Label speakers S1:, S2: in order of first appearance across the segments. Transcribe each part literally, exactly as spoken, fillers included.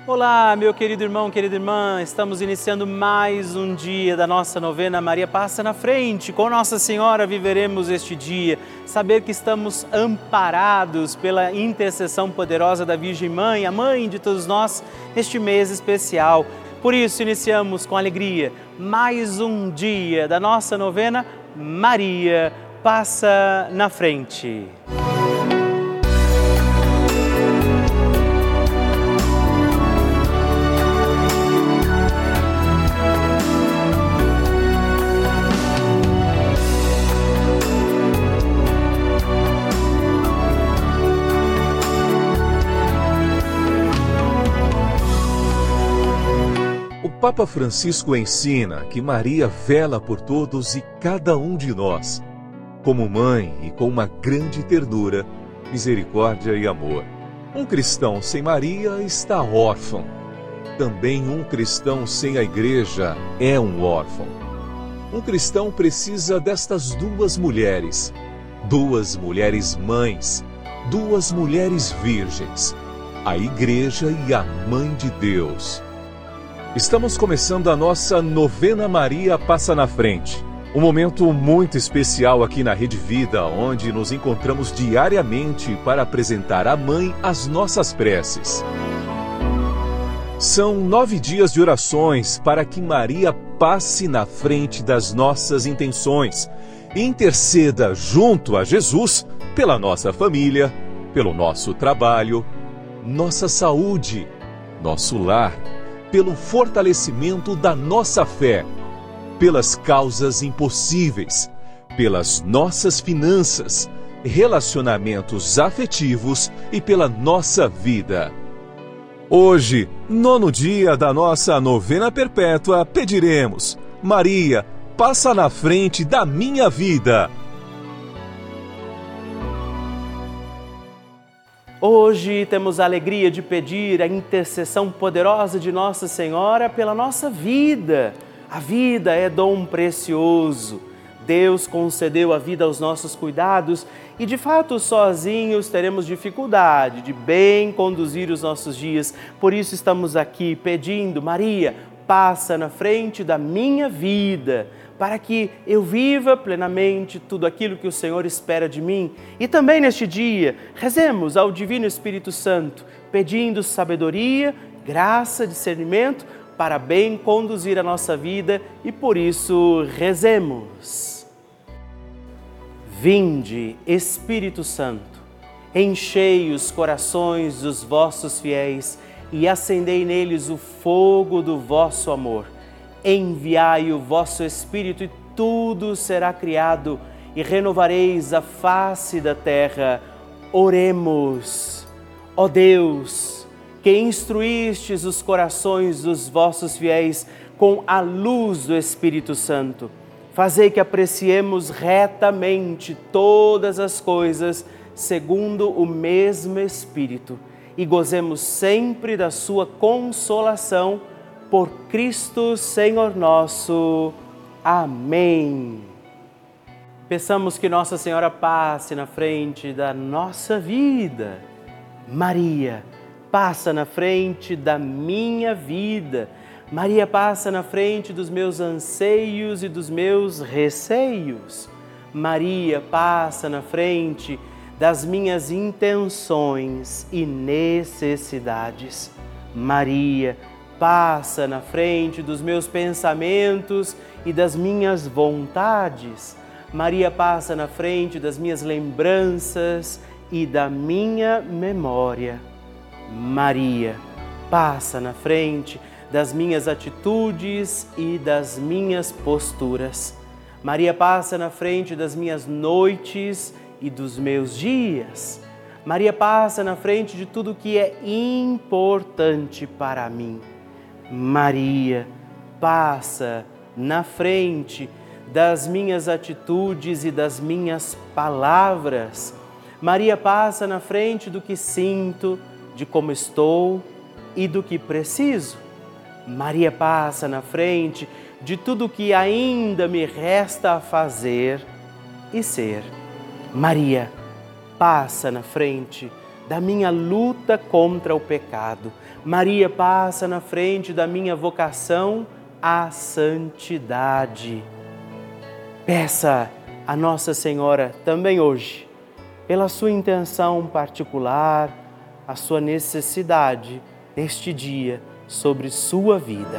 S1: Olá, meu querido irmão, querida irmã, estamos iniciando mais um dia da nossa novena Maria Passa na Frente. Com Nossa Senhora viveremos este dia, saber que estamos amparados pela intercessão poderosa da Virgem Mãe, a Mãe de todos nós, neste mês especial. Por isso, iniciamos com alegria mais um dia da nossa novena Maria Passa na Frente.
S2: O Papa Francisco ensina que Maria vela por todos e cada um de nós, como mãe e com uma grande ternura, misericórdia e amor. Um cristão sem Maria está órfão. Também um cristão sem a Igreja é um órfão. Um cristão precisa destas duas mulheres, duas mulheres mães, duas mulheres virgens, a Igreja e a Mãe de Deus. Estamos começando a nossa novena Maria Passa na Frente. Um momento muito especial aqui na Rede Vida, onde nos encontramos diariamente para apresentar à Mãe as nossas preces. São nove dias de orações para que Maria passe na frente das nossas intenções e interceda junto a Jesus pela nossa família, pelo nosso trabalho, nossa saúde, nosso lar, pelo fortalecimento da nossa fé, pelas causas impossíveis, pelas nossas finanças, relacionamentos afetivos e pela nossa vida. Hoje, nono dia da nossa novena perpétua, pediremos: Maria, passa na frente da minha vida.
S1: Hoje temos a alegria de pedir a intercessão poderosa de Nossa Senhora pela nossa vida. A vida é dom precioso. Deus concedeu a vida aos nossos cuidados e, de fato, sozinhos teremos dificuldade de bem conduzir os nossos dias. Por isso estamos aqui pedindo: Maria, passa na frente da minha vida, para que eu viva plenamente tudo aquilo que o Senhor espera de mim. E também neste dia, rezemos ao Divino Espírito Santo, pedindo sabedoria, graça, discernimento, para bem conduzir a nossa vida e por isso rezemos. Vinde, Espírito Santo, enchei os corações dos vossos fiéis e acendei neles o fogo do vosso amor. Enviai o vosso Espírito e tudo será criado e renovareis a face da terra. Oremos. Ó Deus, que instruístes os corações dos vossos fiéis com a luz do Espírito Santo, fazei que apreciemos retamente todas as coisas segundo o mesmo Espírito e gozemos sempre da sua consolação. Por Cristo Senhor nosso. Amém. Peçamos que Nossa Senhora passe na frente da nossa vida. Maria, passa na frente da minha vida. Maria, passa na frente dos meus anseios e dos meus receios. Maria, passa na frente das minhas intenções e necessidades. Maria, passa na frente dos meus pensamentos e das minhas vontades. Maria, passa na frente das minhas lembranças e da minha memória. Maria, passa na frente das minhas atitudes e das minhas posturas. Maria, passa na frente das minhas noites e dos meus dias. Maria, passa na frente de tudo que é importante para mim. Maria, passa na frente das minhas atitudes e das minhas palavras. Maria, passa na frente do que sinto, de como estou e do que preciso. Maria, passa na frente de tudo que ainda me resta a fazer e ser. Maria, passa na frente da minha luta contra o pecado. Maria passa na frente da minha vocação à santidade. Peça a Nossa Senhora também hoje, pela sua intenção particular, a sua necessidade neste dia sobre sua vida.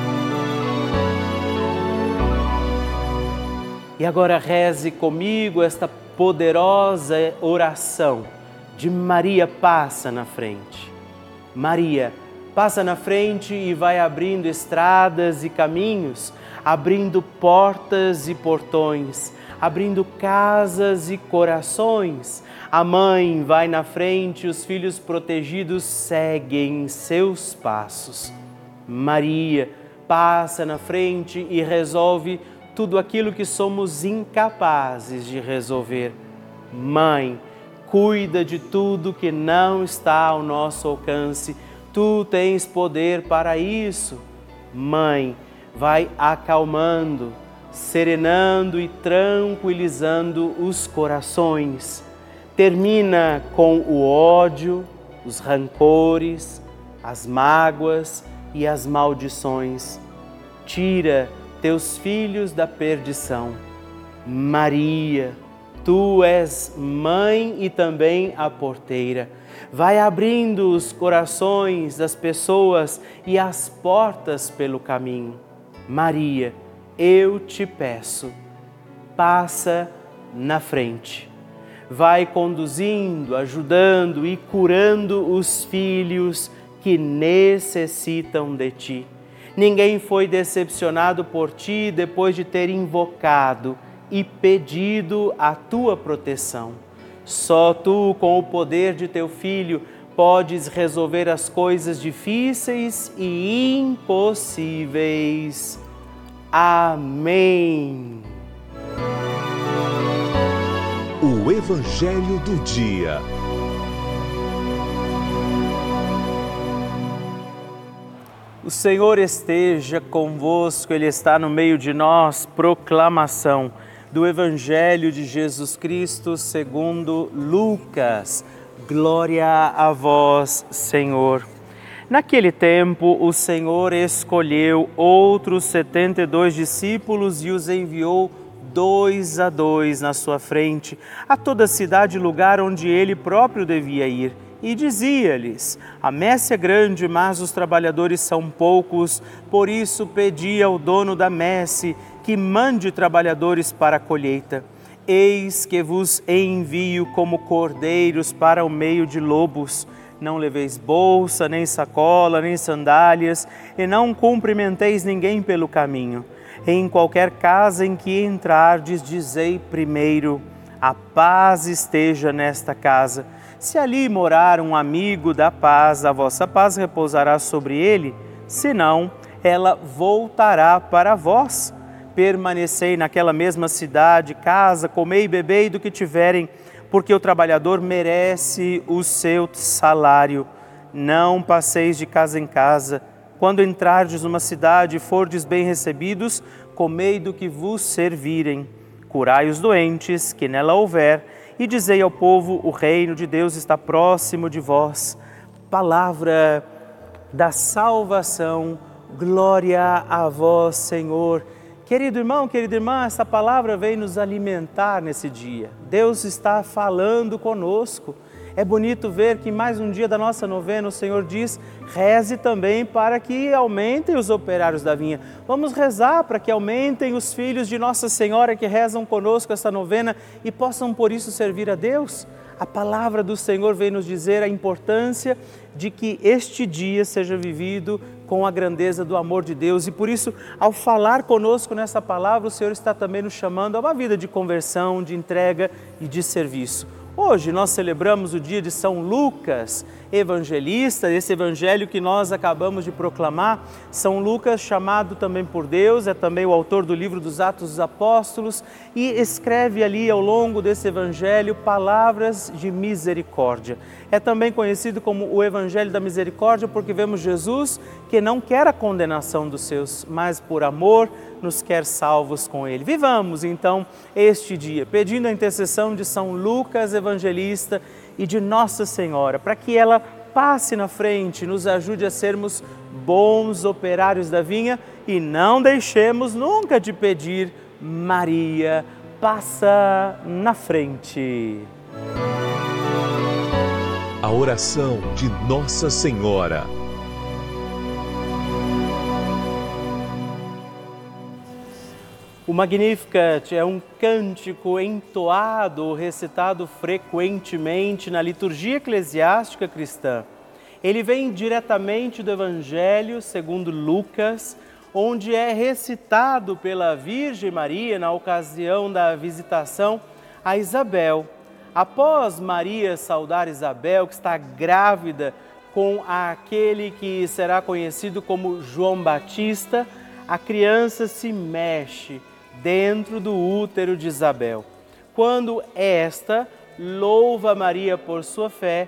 S1: E agora reze comigo esta poderosa oração de Maria passa na frente. Maria passa na frente e vai abrindo estradas e caminhos, abrindo portas e portões, abrindo casas e corações. A mãe vai na frente, os filhos protegidos seguem seus passos. Maria passa na frente e resolve tudo aquilo que somos incapazes de resolver. Mãe, cuida de tudo que não está ao nosso alcance. Tu tens poder para isso. Mãe, vai acalmando, serenando e tranquilizando os corações. Termina com o ódio, os rancores, as mágoas e as maldições. Tira teus filhos da perdição. Maria, tu és mãe e também a porteira. Vai abrindo os corações das pessoas e as portas pelo caminho. Maria, eu te peço, passa na frente. Vai conduzindo, ajudando e curando os filhos que necessitam de ti. Ninguém foi decepcionado por ti depois de ter invocado e pedido a tua proteção. Só tu, com o poder de teu Filho, podes resolver as coisas difíceis e impossíveis. Amém.
S2: O Evangelho do Dia.
S1: O Senhor esteja convosco, Ele está no meio de nós. Proclamação do Evangelho de Jesus Cristo segundo Lucas. Glória a vós, Senhor. Naquele tempo, o Senhor escolheu outros setenta e dois discípulos e os enviou dois a dois na sua frente, a toda cidade e lugar onde ele próprio devia ir. E dizia-lhes: a messe é grande, mas os trabalhadores são poucos, por isso pedi ao dono da messe que mande trabalhadores para a colheita. Eis que vos envio como cordeiros para o meio de lobos. Não leveis bolsa, nem sacola, nem sandálias, e não cumprimenteis ninguém pelo caminho. Em qualquer casa em que entrardes, dizei primeiro: a paz esteja nesta casa. Se ali morar um amigo da paz, a vossa paz repousará sobre ele, senão ela voltará para vós. Permanecei naquela mesma cidade, casa, comei e bebei do que tiverem, porque o trabalhador merece o seu salário. Não passeis de casa em casa. Quando entrardes numa cidade e fordes bem recebidos, comei do que vos servirem. Curai os doentes, que nela houver, e dizei ao povo: o reino de Deus está próximo de vós. Palavra da salvação, glória a vós, Senhor. Querido irmão, querida irmã, essa palavra vem nos alimentar nesse dia. Deus está falando conosco. É bonito ver que mais um dia da nossa novena o Senhor diz: reze também para que aumentem os operários da vinha. Vamos rezar para que aumentem os filhos de Nossa Senhora que rezam conosco essa novena e possam por isso servir a Deus. A palavra do Senhor vem nos dizer a importância de que este dia seja vivido com a grandeza do amor de Deus. E por isso, ao falar conosco nessa palavra, o Senhor está também nos chamando a uma vida de conversão, de entrega e de serviço. Hoje nós celebramos o dia de São Lucas, evangelista, esse evangelho que nós acabamos de proclamar. São Lucas, chamado também por Deus, é também o autor do livro dos Atos dos Apóstolos e escreve ali ao longo desse evangelho palavras de misericórdia. É também conhecido como o Evangelho da Misericórdia porque vemos Jesus que não quer a condenação dos seus, mas por amor nos quer salvos com Ele. Vivamos então este dia pedindo a intercessão de São Lucas, Evangelista e de Nossa Senhora, para que ela passe na frente, nos ajude a sermos bons operários da vinha e não deixemos nunca de pedir: Maria, passa na frente.
S2: A oração de Nossa Senhora.
S1: O Magnificat é um cântico entoado ou recitado frequentemente na liturgia eclesiástica cristã. Ele vem diretamente do Evangelho segundo Lucas, onde é recitado pela Virgem Maria na ocasião da visitação a Isabel. Após Maria saudar Isabel, que está grávida com aquele que será conhecido como João Batista, a criança se mexe dentro do útero de Isabel. Quando esta louva Maria por sua fé,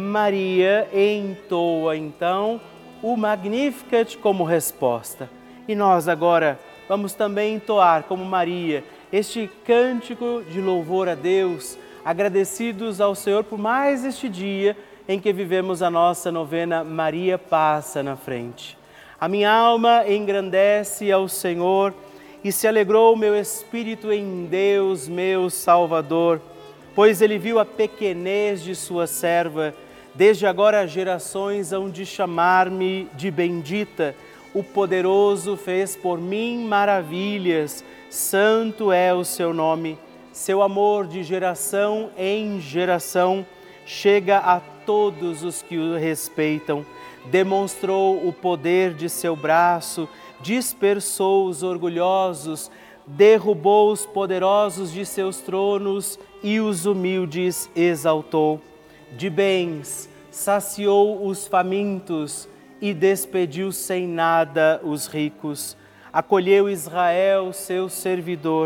S1: Maria entoa então o Magnificat como resposta. E nós agora vamos também entoar como Maria este cântico de louvor a Deus, agradecidos ao Senhor por mais este dia em que vivemos a nossa novena Maria Passa na Frente. A minha alma engrandece ao Senhor e se alegrou o meu espírito em Deus, meu Salvador, pois Ele viu a pequenez de sua serva. Desde agora as gerações hão de chamar-me de bendita. O poderoso fez por mim maravilhas, santo é o seu nome. Seu amor de geração em geração chega a todos os que o respeitam. Demonstrou o poder de seu braço, dispersou os orgulhosos, derrubou os poderosos de seus tronos e os humildes exaltou. De bens saciou os famintos e despediu sem nada os ricos. Acolheu Israel, seu servidor,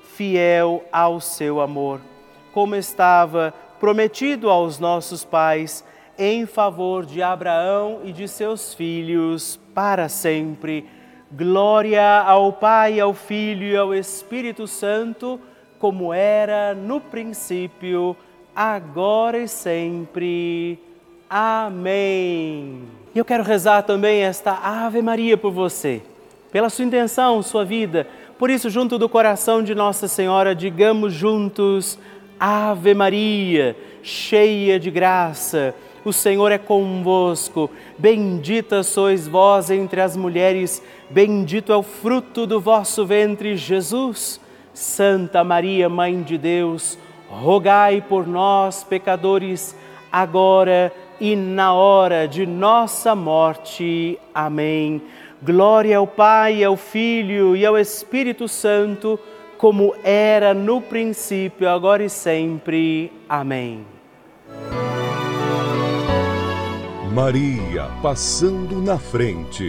S1: fiel ao seu amor, como estava prometido aos nossos pais, em favor de Abraão e de seus filhos para sempre. Glória ao Pai, ao Filho e ao Espírito Santo, como era no princípio, agora e sempre. Amém. E eu quero rezar também esta Ave Maria por você, pela sua intenção, sua vida. Por isso, junto do coração de Nossa Senhora, digamos juntos: Ave Maria, cheia de graça, o Senhor é convosco. Bendita sois vós entre as mulheres, bendito é o fruto do vosso ventre, Jesus. Santa Maria, Mãe de Deus, rogai por nós, pecadores, agora e na hora de nossa morte. Amém. Glória ao Pai, ao Filho e ao Espírito Santo, como era no princípio, agora e sempre. Amém.
S2: Maria passando na frente.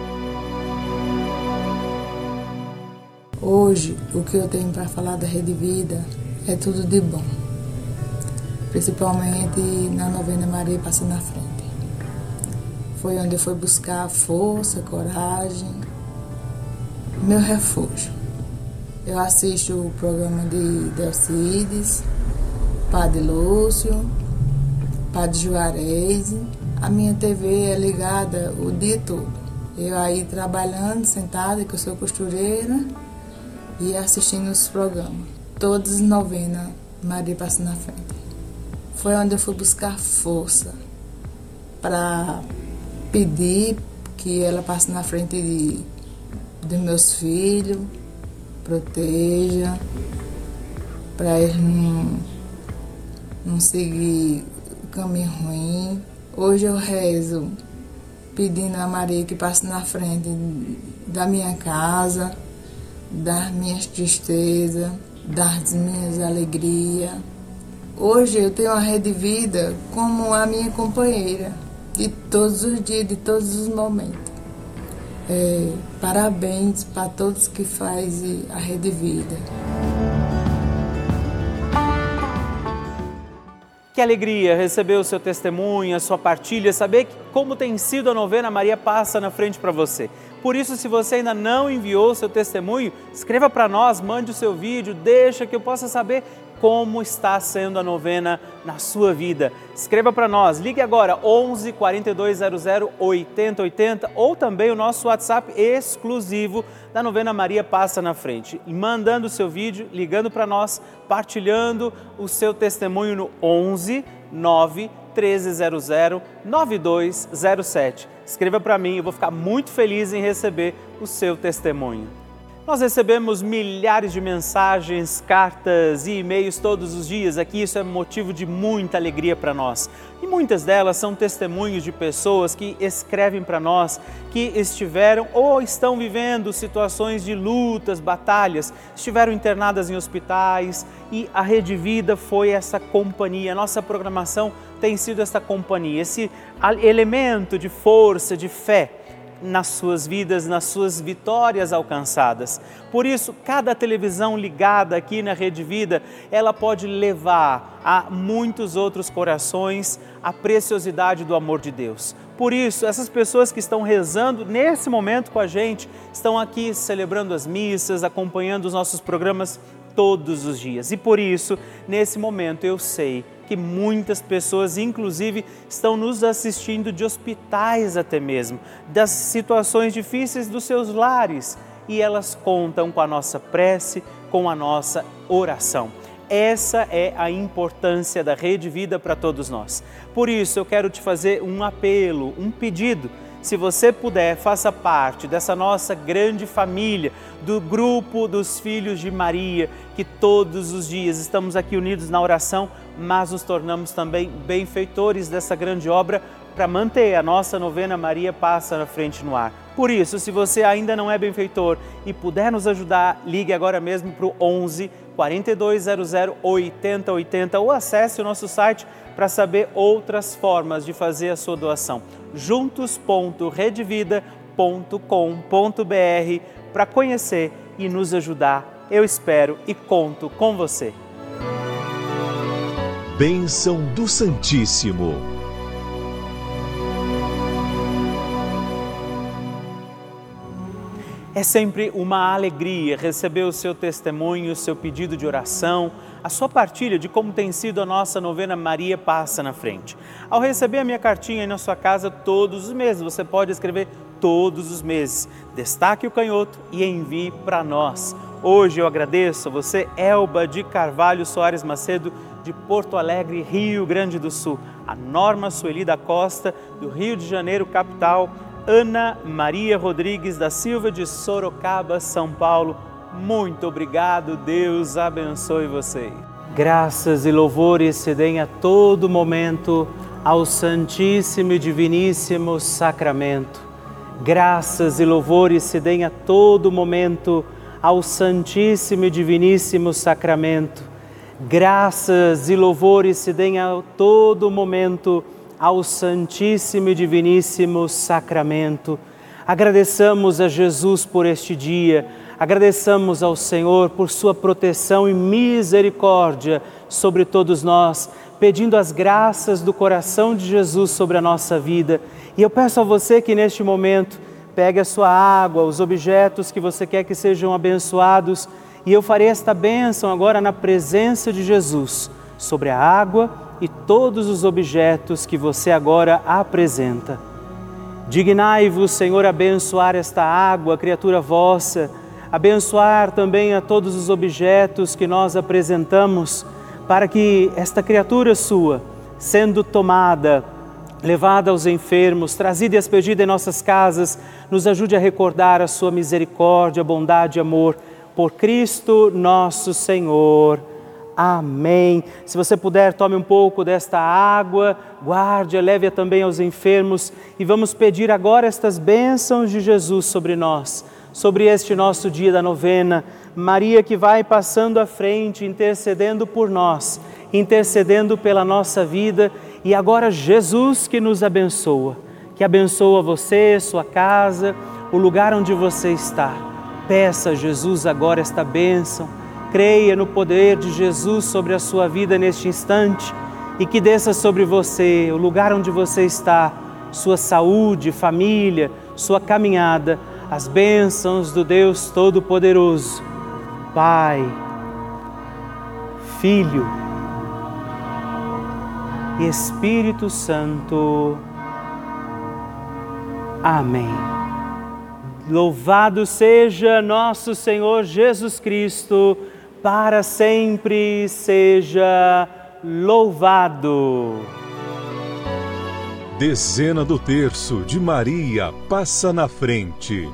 S3: Hoje, o que eu tenho para falar da Rede Vida é tudo de bom, principalmente na novena Maria Passa na Frente. Foi onde eu fui buscar força, coragem, meu refúgio. Eu assisto o programa de Delcides, Padre Lúcio, Padre Juarez. A minha T V é ligada o dia todo. Eu aí trabalhando, sentada, que eu sou costureira, e assistindo os programas. Todas novenas, Maria Passa na Frente. Foi onde eu fui buscar força para pedir que ela passe na frente de, de meus filhos, proteja, para eles não, não seguir o caminho ruim. Hoje eu rezo pedindo a Maria que passe na frente da minha casa, das minhas tristezas, das minhas alegrias. Hoje eu tenho a Rede Vida como a minha companheira de todos os dias, de todos os momentos. É, parabéns para todos que fazem a Rede Vida.
S1: Que alegria receber o seu testemunho, a sua partilha, saber que, como tem sido a novena Maria Passa na Frente para você. Por isso, se você ainda não enviou o seu testemunho, escreva para nós, mande o seu vídeo, deixa que eu possa saber como está sendo a novena na sua vida. Escreva para nós, ligue agora onze, quarenta e dois zero zero, oitenta oitenta ou também o nosso WhatsApp exclusivo da novena Maria Passa na Frente. E mandando o seu vídeo, ligando para nós, partilhando o seu testemunho no onze, nove, treze zero zero, nove dois zero sete. Escreva para mim, eu vou ficar muito feliz em receber o seu testemunho. Nós recebemos milhares de mensagens, cartas e e-mails todos os dias aqui, isso é motivo de muita alegria para nós. E muitas delas são testemunhos de pessoas que escrevem para nós, que estiveram ou estão vivendo situações de lutas, batalhas, estiveram internadas em hospitais e a Rede Vida foi essa companhia, a nossa programação tem sido essa companhia, esse elemento de força, de fé nas suas vidas, nas suas vitórias alcançadas. Por isso, cada televisão ligada aqui na Rede Vida, ela pode levar a muitos outros corações a preciosidade do amor de Deus. Por isso, essas pessoas que estão rezando nesse momento com a gente, estão aqui celebrando as missas, acompanhando os nossos programas todos os dias. E por isso, nesse momento, eu sei que muitas pessoas, inclusive, estão nos assistindo de hospitais até mesmo, das situações difíceis dos seus lares, e elas contam com a nossa prece, com a nossa oração. Essa é a importância da Rede Vida para todos nós. Por isso, eu quero te fazer um apelo, um pedido. Se você puder, faça parte dessa nossa grande família, do grupo dos Filhos de Maria, que todos os dias estamos aqui unidos na oração, mas nos tornamos também benfeitores dessa grande obra para manter a nossa novena Maria Passa na Frente no ar. Por isso, se você ainda não é benfeitor e puder nos ajudar, ligue agora mesmo para o onze, quarenta e dois zero zero, oitenta oitenta ou acesse o nosso site para saber outras formas de fazer a sua doação. juntos ponto redevida ponto com ponto br para conhecer e nos ajudar. Eu espero e conto com você.
S2: Bênção do Santíssimo.
S1: É sempre uma alegria receber o seu testemunho, o seu pedido de oração, a sua partilha de como tem sido a nossa novena Maria Passa na Frente. Ao receber a minha cartinha aí na sua casa todos os meses, você pode escrever todos os meses. Destaque o canhoto e envie para nós. Hoje eu agradeço a você, Elba de Carvalho Soares Macedo, de Porto Alegre, Rio Grande do Sul. A Norma Sueli da Costa, do Rio de Janeiro, capital. Ana Maria Rodrigues da Silva, de Sorocaba, São Paulo. Muito obrigado, Deus abençoe você. Graças e louvores se deem a todo momento ao Santíssimo e Diviníssimo Sacramento. Graças e louvores se deem a todo momento ao Santíssimo e Diviníssimo Sacramento. Graças e louvores se deem a todo momento ao Santíssimo e Diviníssimo Sacramento. Agradeçamos a Jesus por este dia, agradeçamos ao Senhor por sua proteção e misericórdia sobre todos nós, pedindo as graças do coração de Jesus sobre a nossa vida. E eu peço a você que neste momento pegue a sua água, os objetos que você quer que sejam abençoados, e eu farei esta bênção agora na presença de Jesus, sobre a água e todos os objetos que você agora apresenta. Dignai-vos, Senhor, abençoar esta água, criatura vossa, abençoar também a todos os objetos que nós apresentamos, para que esta criatura sua, sendo tomada, levada aos enfermos, trazida e expedida em nossas casas, nos ajude a recordar a sua misericórdia, bondade e amor, por Cristo nosso Senhor. Amém. Se você puder, tome um pouco desta água, guarde-a, leve-a também aos enfermos e vamos pedir agora estas bênçãos de Jesus sobre nós, sobre este nosso dia da novena. Maria que vai passando à frente, intercedendo por nós, intercedendo pela nossa vida, e agora Jesus que nos abençoa, que abençoa você, sua casa, o lugar onde você está. Peça a Jesus agora esta bênção. Creia no poder de Jesus sobre a sua vida neste instante e que desça sobre você, o lugar onde você está, sua saúde, família, sua caminhada, as bênçãos do Deus Todo-Poderoso. Pai, Filho e Espírito Santo. Amém. Louvado seja nosso Senhor Jesus Cristo, para sempre seja louvado.
S2: Dezena do terço de Maria passa na frente.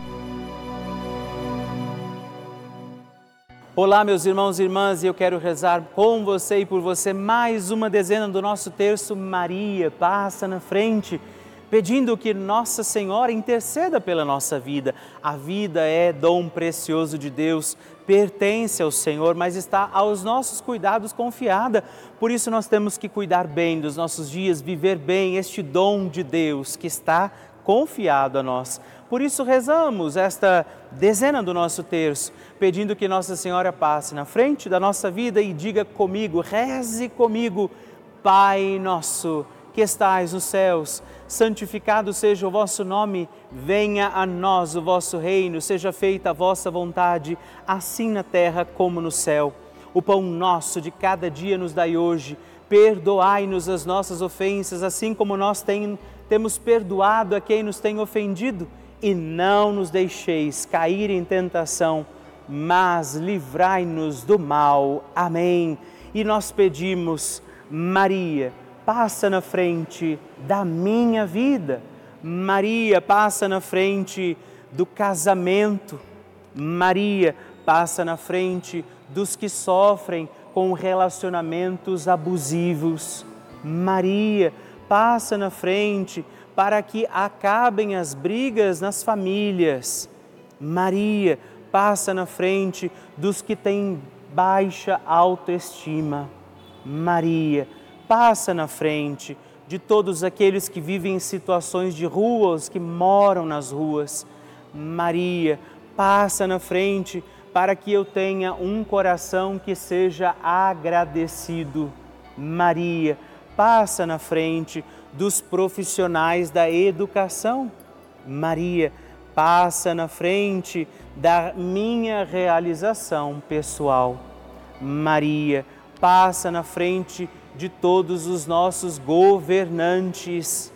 S1: Olá, meus irmãos e irmãs, e eu quero rezar com você e por você mais uma dezena do nosso terço Maria passa na frente, pedindo que Nossa Senhora interceda pela nossa vida. A vida é dom precioso de Deus, pertence ao Senhor, mas está aos nossos cuidados confiada. Por isso nós temos que cuidar bem dos nossos dias, viver bem este dom de Deus que está confiado a nós. Por isso rezamos esta dezena do nosso terço, pedindo que Nossa Senhora passe na frente da nossa vida e diga comigo, reze comigo: Pai nosso que estais nos céus, santificado seja o vosso nome, venha a nós o vosso reino, seja feita a vossa vontade, assim na terra como no céu. O pão nosso de cada dia nos dai hoje, perdoai-nos as nossas ofensas, assim como nós tem, temos perdoado a quem nos tem ofendido, e não nos deixeis cair em tentação, mas livrai-nos do mal. Amém. E nós pedimos, Maria, passa na frente da minha vida. Maria, passa na frente do casamento. Maria, passa na frente dos que sofrem com relacionamentos abusivos. Maria, passa na frente para que acabem as brigas nas famílias. Maria, passa na frente dos que têm baixa autoestima. Maria, passa na frente de todos aqueles que vivem em situações de ruas, que moram nas ruas. Maria, passa na frente para que eu tenha um coração que seja agradecido. Maria, passa na frente dos profissionais da educação. Maria, passa na frente da minha realização pessoal. Maria, passa na frente de todos os nossos governantes.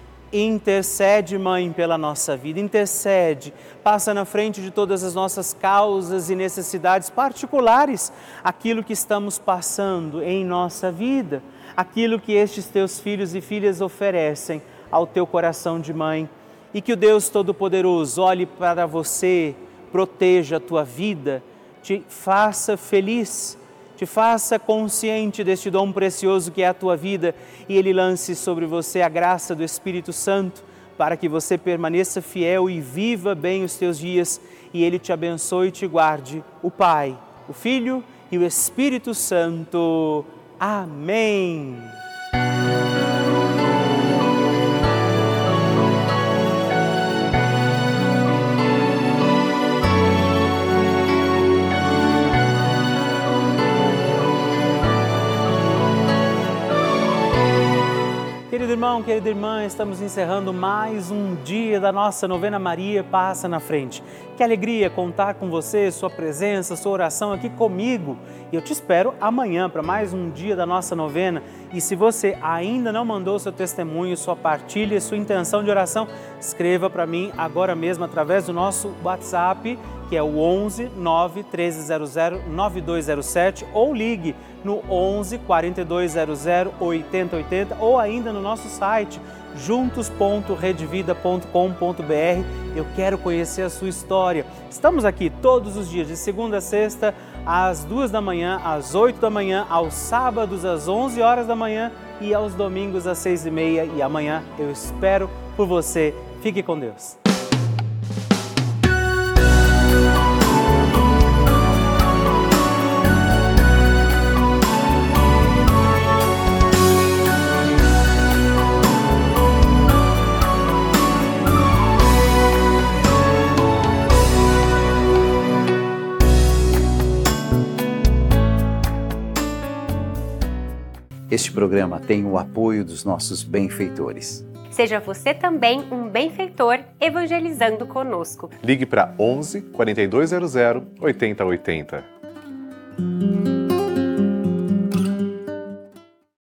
S1: Intercede, Mãe, pela nossa vida, intercede, passa na frente de todas as nossas causas e necessidades particulares, aquilo que estamos passando em nossa vida, aquilo que estes teus filhos e filhas oferecem ao teu coração de mãe. E que o Deus Todo-Poderoso olhe para você, proteja a tua vida, te faça feliz, te faça consciente deste dom precioso que é a tua vida e Ele lance sobre você a graça do Espírito Santo para que você permaneça fiel e viva bem os teus dias e Ele te abençoe e te guarde, o Pai, o Filho e o Espírito Santo. Amém. Querido irmão, querida irmã, estamos encerrando mais um dia da nossa novena Maria Passa na Frente. Que alegria contar com você, sua presença, sua oração aqui comigo. E eu te espero amanhã para mais um dia da nossa novena. E se você ainda não mandou seu testemunho, sua partilha, sua intenção de oração, escreva para mim agora mesmo através do nosso WhatsApp, que é o onze, nove, treze zero zero, nove dois zero sete, ou ligue no onze, quarenta e dois zero zero, oitenta oitenta, ou ainda no nosso site juntos ponto redvida ponto com ponto br. Eu quero conhecer a sua história. Estamos aqui todos os dias, de segunda a sexta, às duas da manhã, às oito da manhã, aos sábados às onze horas da manhã e aos domingos às seis e meia. E amanhã eu espero por você. Fique com Deus.
S4: Este programa tem o apoio dos nossos benfeitores.
S5: Seja você também um benfeitor evangelizando conosco.
S6: Ligue para onze, quarenta e dois zero zero, oitenta oitenta.